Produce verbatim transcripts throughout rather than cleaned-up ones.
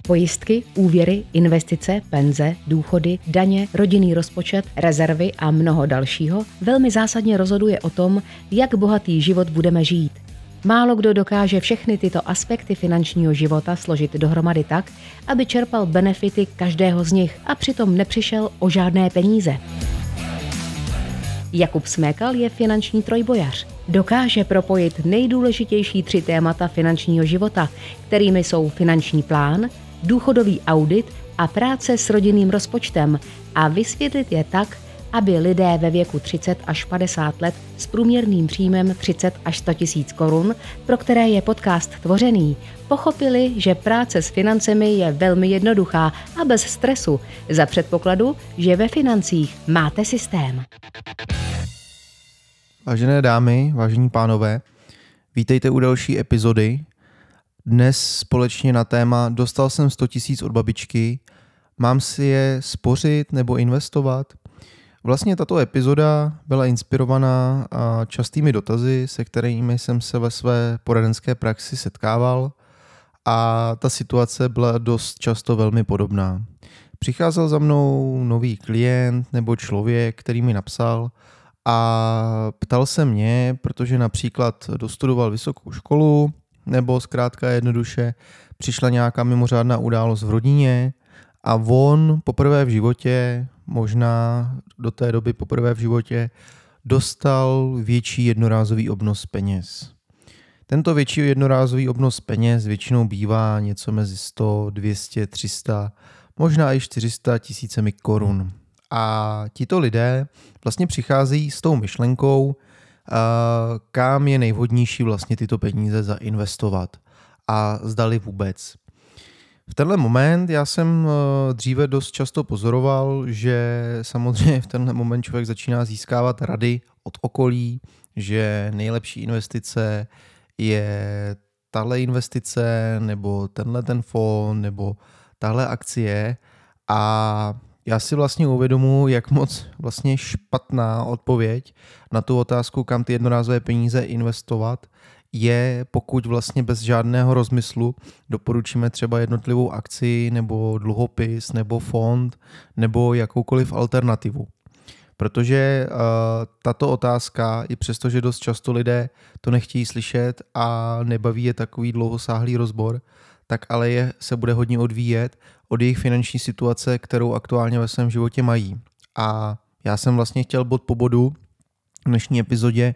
Pojistky, úvěry, investice, penze, důchody, daně, rodinný rozpočet, rezervy a mnoho dalšího velmi zásadně rozhoduje o tom, jak bohatý život budeme žít. Málo kdo dokáže všechny tyto aspekty finančního života složit dohromady tak, aby čerpal benefity každého z nich a přitom nepřišel o žádné peníze. Jakub Smekal je finanční trojbojař. Dokáže propojit nejdůležitější tři témata finančního života, kterými jsou finanční plán, důchodový audit a práce s rodinným rozpočtem a vysvětlit je tak, aby lidé ve věku třicet až padesát let s průměrným příjmem třicet až sto tisíc korun, pro které je podcast tvořený, pochopili, že práce s financemi je velmi jednoduchá a bez stresu, za předpokladu, že ve financích máte systém. Vážené dámy, vážení pánové, vítejte u další epizody. Dnes společně na téma Dostal jsem sto tisíc od babičky, mám si je spořit nebo investovat? Vlastně tato epizoda byla inspirovaná častými dotazy, se kterými jsem se ve své poradenské praxi setkával a ta situace byla dost často velmi podobná. Přicházel za mnou nový klient nebo člověk, který mi napsal a ptal se mě, protože například dostudoval vysokou školu nebo zkrátka jednoduše přišla nějaká mimořádná událost v rodině a on poprvé v životě, možná do té doby poprvé v životě, dostal větší jednorázový obnos peněz. Tento větší jednorázový obnos peněz většinou bývá něco mezi sto, dvě stě, tři sta, možná i čtyři sta tisícemi korun. A tito lidé vlastně přicházejí s tou myšlenkou, kam je nejvhodnější vlastně tyto peníze zainvestovat a zdali vůbec. V tenhle moment já jsem dříve dost často pozoroval, že samozřejmě v tenhle moment člověk začíná získávat rady od okolí, že nejlepší investice je tahle investice nebo tenhle ten fond nebo tahle akcie a já si vlastně uvědomuji, jak moc vlastně špatná odpověď na tu otázku, kam ty jednorázové peníze investovat, je, pokud vlastně bez žádného rozmyslu doporučíme třeba jednotlivou akci nebo dluhopis nebo fond nebo jakoukoliv alternativu. Protože uh, tato otázka, i přesto, že dost často lidé to nechtějí slyšet a nebaví je takový dlouhosáhlý rozbor, tak ale je, se bude hodně odvíjet od jejich finanční situace, kterou aktuálně ve svém životě mají. A já jsem vlastně chtěl bod po bodu v dnešní epizodě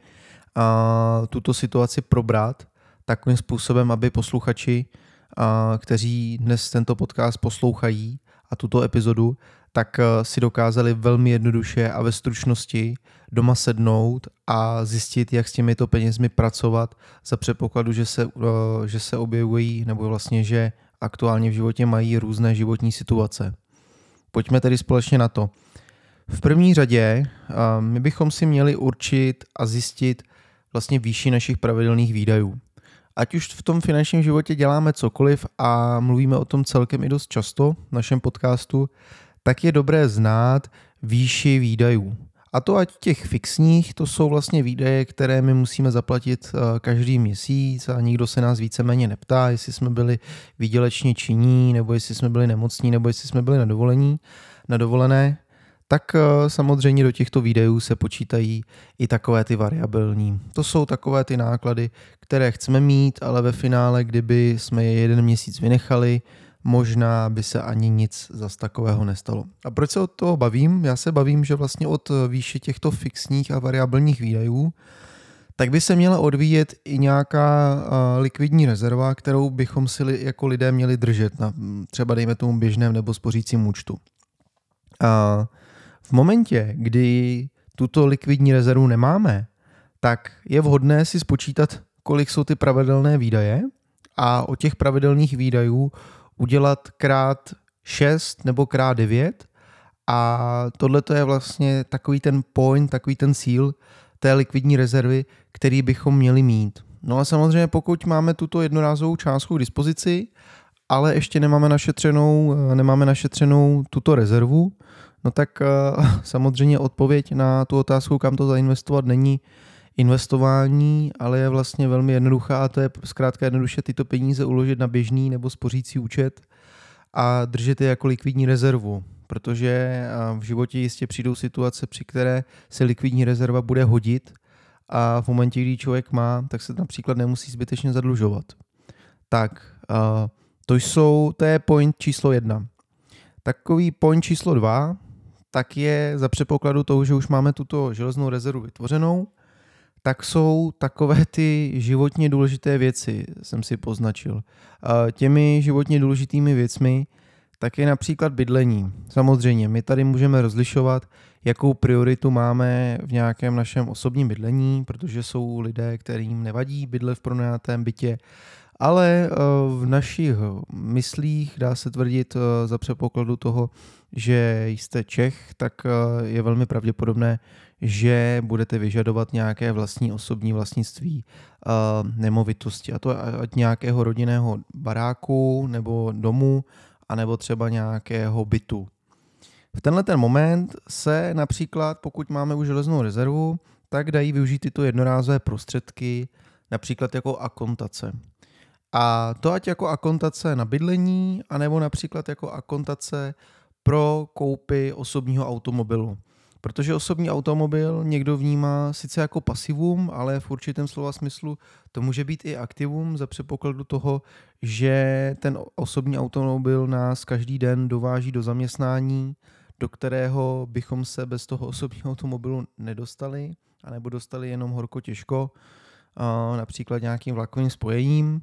a tuto situaci probrat takovým způsobem, aby posluchači, a, kteří dnes tento podcast poslouchají a tuto epizodu, tak si dokázali velmi jednoduše a ve stručnosti doma sednout a zjistit, jak s těmito penězmi pracovat za předpokladu, že se, že se objevují nebo vlastně, že aktuálně v životě mají různé životní situace. Pojďme tedy společně na to. V první řadě my bychom si měli určit a zjistit vlastně výši našich pravidelných výdajů. Ať už v tom finančním životě děláme cokoliv a mluvíme o tom celkem i dost často v našem podcastu, tak je dobré znát výši výdajů. A to ať těch fixních, to jsou vlastně výdaje, které my musíme zaplatit každý měsíc a nikdo se nás víceméně neptá, jestli jsme byli výdělečně činní, nebo jestli jsme byli nemocní, nebo jestli jsme byli na dovolení, na dovolené. Tak samozřejmě do těchto výdajů se počítají i takové ty variabilní. To jsou takové ty náklady, které chceme mít, ale ve finále, kdyby jsme je jeden měsíc vynechali, možná by se ani nic zas takového nestalo. A proč se od toho bavím? Já se bavím, že vlastně od výše těchto fixních a variabilních výdajů tak by se měla odvíjet i nějaká uh, likvidní rezerva, kterou bychom si li, jako lidé měli držet na třeba dejme tomu běžném nebo spořícím účtu. Uh, v momentě, kdy tuto likvidní rezervu nemáme, tak je vhodné si spočítat, kolik jsou ty pravidelné výdaje a od těch pravidelných výdajů udělat krát šest nebo krát devět a tohle to je vlastně takový ten point, takový ten cíl té likvidní rezervy, který bychom měli mít. No a samozřejmě pokud máme tuto jednorázovou částku k dispozici, ale ještě nemáme našetřenou, nemáme našetřenou tuto rezervu, no tak uh, samozřejmě odpověď na tu otázku, kam to zainvestovat, není investování, ale je vlastně velmi jednoduchá a to je zkrátka jednoduše tyto peníze uložit na běžný nebo spořící účet a držet je jako likvidní rezervu, protože v životě jistě přijdou situace, při které se likvidní rezerva bude hodit a v momentě, kdy člověk má, tak se například nemusí zbytečně zadlužovat. Tak, to jsou, to je point číslo jedna. Takový point číslo dva, tak je za předpokladu toho, že už máme tuto železnou rezervu vytvořenou, tak jsou takové ty životně důležité věci, jsem si poznačil. Těmi životně důležitými věcmi tak je například bydlení. Samozřejmě, my tady můžeme rozlišovat, jakou prioritu máme v nějakém našem osobním bydlení, protože jsou lidé, kterým nevadí bydlet v pronajatém bytě, ale v našich myslích dá se tvrdit za předpokladu toho, že jste Čech, tak je velmi pravděpodobné, že budete vyžadovat nějaké vlastní osobní vlastnictví nemovitosti, a to ať nějakého rodinného baráku nebo domu, anebo třeba nějakého bytu. V tenhle ten moment se například, pokud máme už železnou rezervu, tak dají využít tyto jednorázové prostředky, například jako akontace. A to ať jako akontace na bydlení, anebo například jako akontace pro koupy osobního automobilu. Protože osobní automobil někdo vnímá sice jako pasivum, ale v určitém slova smyslu to může být i aktivum za předpokladu toho, že ten osobní automobil nás každý den dováží do zaměstnání, do kterého bychom se bez toho osobního automobilu nedostali, anebo dostali jenom horko těžko, například nějakým vlakovým spojením.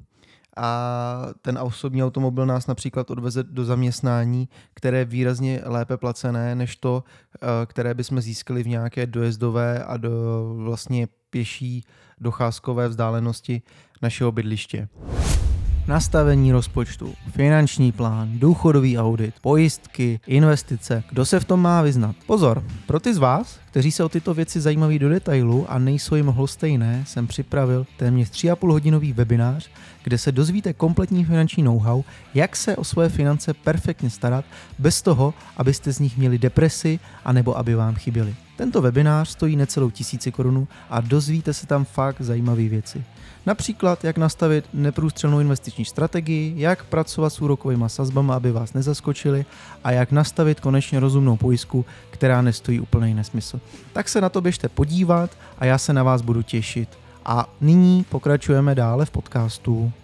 A ten osobní automobil nás například odveze do zaměstnání, které je výrazně lépe placené než to, které bychom získali v nějaké dojezdové a do vlastně pěší docházkové vzdálenosti našeho bydliště. Nastavení rozpočtu, finanční plán, důchodový audit, pojistky, investice. Kdo se v tom má vyznat? Pozor, pro ty z vás, kteří se o tyto věci zajímaví do detailu a nejsou jim lhostejné, jsem připravil téměř tři a půl hodinový webinář, kde se dozvíte kompletní finanční know-how, jak se o svoje finance perfektně starat, bez toho, abyste z nich měli depresi anebo aby vám chyběly. Tento webinář stojí necelou tisíci korun a dozvíte se tam fakt zajímavé věci. Například, jak nastavit neprůstřelnou investiční strategii, jak pracovat s úrokovými sazbami, aby vás nezaskočili, a jak nastavit konečně rozumnou pojistku, která nestojí úplný nesmysl. Tak se na to běžte podívat a já se na vás budu těšit. A nyní pokračujeme dále v podcastu.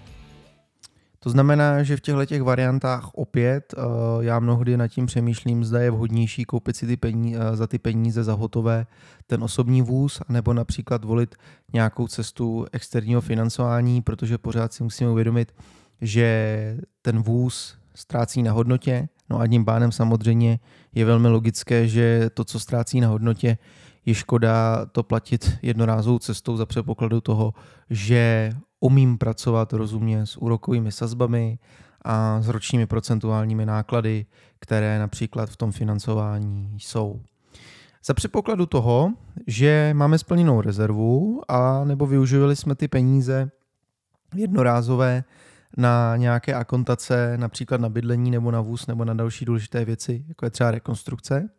To znamená, že v těchto těch variantách opět uh, já mnohdy nad tím přemýšlím, zda je vhodnější koupit si ty peníze, uh, za ty peníze za hotové ten osobní vůz, nebo například volit nějakou cestu externího financování, protože pořád si musíme uvědomit, že ten vůz ztrácí na hodnotě, no a tím pádem samozřejmě je velmi logické, že to, co ztrácí na hodnotě, je škoda to platit jednorázovou cestou za předpokladu toho, že umím pracovat rozumně s úrokovými sazbami a s ročními procentuálními náklady, které například v tom financování jsou. Za předpokladu toho, že máme splněnou rezervu a nebo využili jsme ty peníze jednorázové na nějaké akontace, například na bydlení nebo na vůz nebo na další důležité věci, jako je třeba rekonstrukce,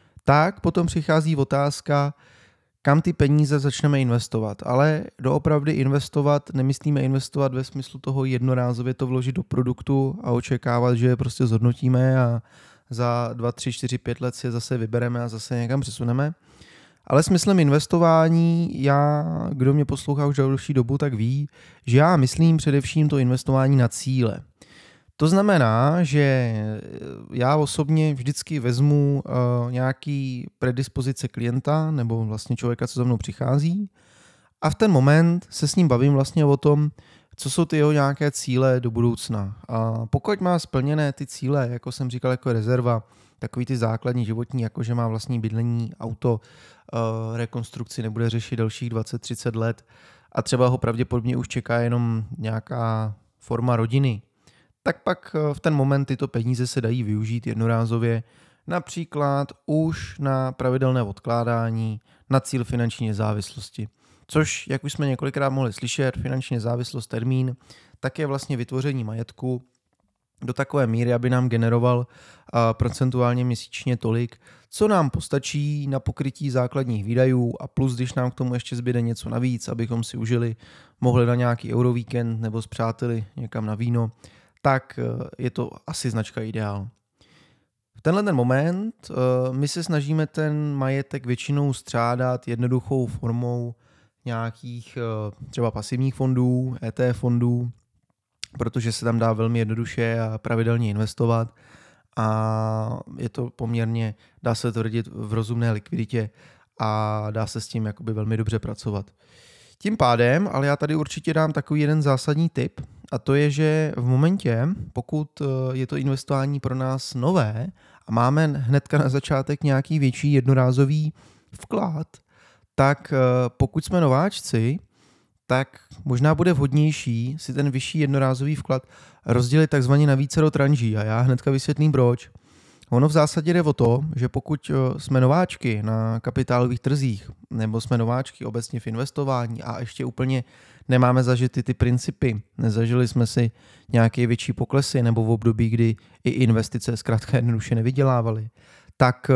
tak potom přichází otázka, kam ty peníze začneme investovat. Ale doopravdy investovat, nemyslíme investovat ve smyslu toho jednorázově to vložit do produktu a očekávat, že je prostě zhodnotíme a za dva, tři, čtyři, pět let si je zase vybereme a zase někam přesuneme. Ale smyslem investování, já, kdo mě poslouchá už delší dobu, tak ví, že já myslím především to investování na cíle. To znamená, že já osobně vždycky vezmu uh, nějaký predispozice klienta nebo vlastně člověka, co za mnou přichází, a v ten moment se s ním bavím vlastně o tom, co jsou ty jeho nějaké cíle do budoucna. A pokud má splněné ty cíle, jako jsem říkal, jako rezerva, takový ty základní životní, jako že má vlastní bydlení, auto, uh, rekonstrukci nebude řešit dalších dvacet třicet let a třeba ho pravděpodobně už čeká jenom nějaká forma rodiny, tak pak v ten moment tyto peníze se dají využít jednorázově, například už na pravidelné odkládání na cíl finanční nezávislosti. Což, jak už jsme několikrát mohli slyšet, finanční nezávislost termín, tak je vlastně vytvoření majetku do takové míry, aby nám generoval procentuálně měsíčně tolik, co nám postačí na pokrytí základních výdajů a plus, když nám k tomu ještě zbyde něco navíc, abychom si užili, mohli na nějaký eurovíkend nebo s přáteli někam na víno, tak je to asi značka Ideál. V tenhle ten moment my se snažíme ten majetek většinou střádat jednoduchou formou nějakých třeba pasivních fondů, E T F fondů, protože se tam dá velmi jednoduše a pravidelně investovat a je to poměrně, dá se tvrdit, v rozumné likviditě a dá se s tím jakoby velmi dobře pracovat. Tím pádem, ale já tady určitě dám takový jeden zásadní tip, a to je, že v momentě, pokud je to investování pro nás nové a máme hnedka na začátek nějaký větší jednorázový vklad, tak pokud jsme nováčci, tak možná bude vhodnější si ten vyšší jednorázový vklad rozdělit takzvaně na vícero tranží. A já hnedka vysvětlím proč. Ono v zásadě jde o to, že pokud jsme nováčky na kapitálových trzích, nebo jsme nováčky obecně v investování a ještě úplně nemáme zažity ty principy, nezažili jsme si nějaké větší poklesy nebo v období, kdy i investice zkrátka jednoduše nevydělávaly, tak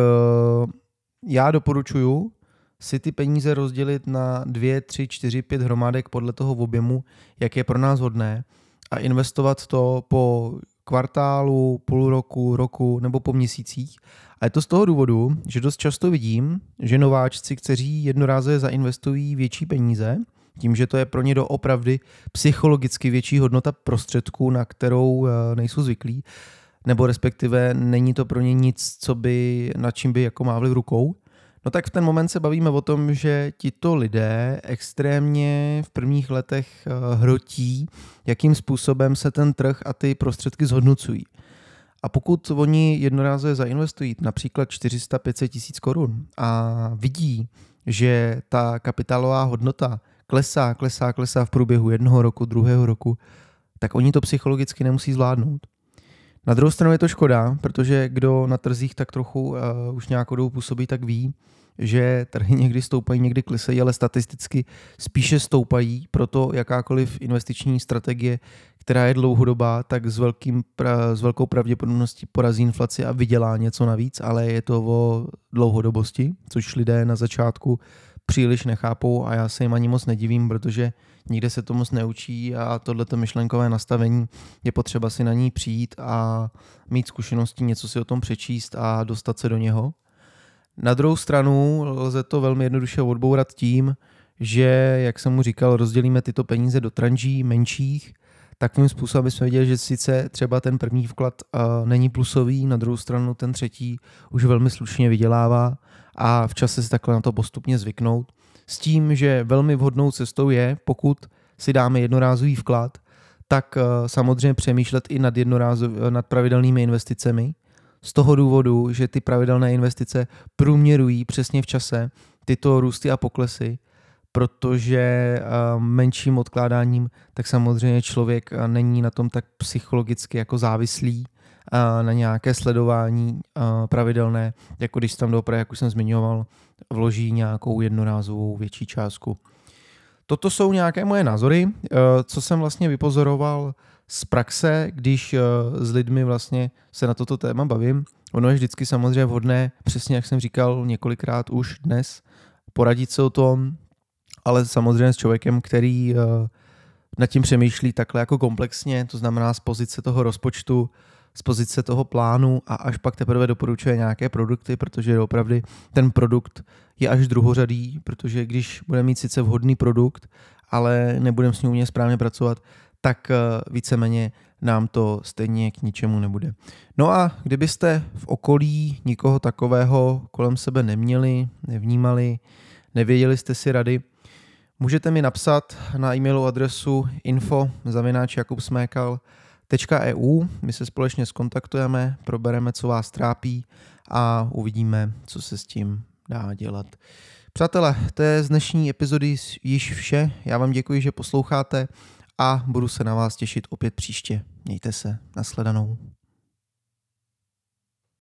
já doporučuji si ty peníze rozdělit na dvě, tři, čtyři, pět hromádek podle toho objemu, jak je pro nás hodné, a investovat to po kvartálu, půl roku, roku nebo po měsících. A je to z toho důvodu, že dost často vidím, že nováčci, kteří jednorázově zainvestují větší peníze, tím, že to je pro ně doopravdy psychologicky větší hodnota prostředků, na kterou nejsou zvyklí, nebo respektive není to pro ně nic, co by, nad čím by jako mávli rukou, no tak v ten moment se bavíme o tom, že tito lidé extrémně v prvních letech hrotí, jakým způsobem se ten trh a ty prostředky zhodnocují. A pokud oni jednorázově zainvestují například čtyři sta pět set tisíc korun a vidí, že ta kapitálová hodnota klesá, klesá, klesá v průběhu jednoho roku, druhého roku, tak oni to psychologicky nemusí zvládnout. Na druhou stranu je to škoda, protože kdo na trzích tak trochu uh, už nějakou dobu působí, tak ví, že trhy někdy stoupají, někdy klesají, ale statisticky spíše stoupají, proto jakákoliv investiční strategie, která je dlouhodobá, tak s, velkým, s velkou pravděpodobností porazí inflaci a vydělá něco navíc, ale je to o dlouhodobosti, což lidé na začátku příliš nechápou a já se jim ani moc nedivím, protože nikde se to moc neučí a tohleto myšlenkové nastavení je potřeba si na ní přijít a mít zkušenosti, něco si o tom přečíst a dostat se do něho. Na druhou stranu lze to velmi jednoduše odbourat tím, že, jak jsem mu říkal, rozdělíme tyto peníze do tranží menších, takovým způsobem, aby jsme viděli, že sice třeba ten první vklad uh, není plusový, na druhou stranu ten třetí už velmi slušně vydělává a v čase si takhle na to postupně zvyknout. S tím, že velmi vhodnou cestou je, pokud si dáme jednorázový vklad, tak uh, samozřejmě přemýšlet i nad, nad pravidelnými investicemi. Z toho důvodu, že ty pravidelné investice průměrují přesně v čase tyto růsty a poklesy, protože menším odkládáním tak samozřejmě člověk není na tom tak psychologicky jako závislý na nějaké sledování pravidelné, jako když tam doprve, jak už jsem zmiňoval, vloží nějakou jednorázovou větší částku. Toto jsou nějaké moje názory, co jsem vlastně vypozoroval z praxe, když s lidmi vlastně se na toto téma bavím. Ono je vždycky samozřejmě vhodné, přesně jak jsem říkal několikrát už dnes, poradit se o tom, ale samozřejmě s člověkem, který nad tím přemýšlí takhle jako komplexně, to znamená z pozice toho rozpočtu, z pozice toho plánu a až pak teprve doporučuje nějaké produkty, protože opravdu ten produkt je až druhořadý, protože když budeme mít sice vhodný produkt, ale nebudeme s ním umět správně pracovat, tak víceméně nám to stejně k ničemu nebude. No a kdybyste v okolí nikoho takového kolem sebe neměli, nevnímali, nevěděli jste si rady, můžete mi napsat na e-mailovou adresu info zavináč jakub smekal tečka e u. My se společně skontaktujeme, probereme, co vás trápí a uvidíme, co se s tím dá dělat. Přátelé, to je z dnešní epizody již vše. Já vám děkuji, že posloucháte a budu se na vás těšit opět příště. Mějte se, nashledanou.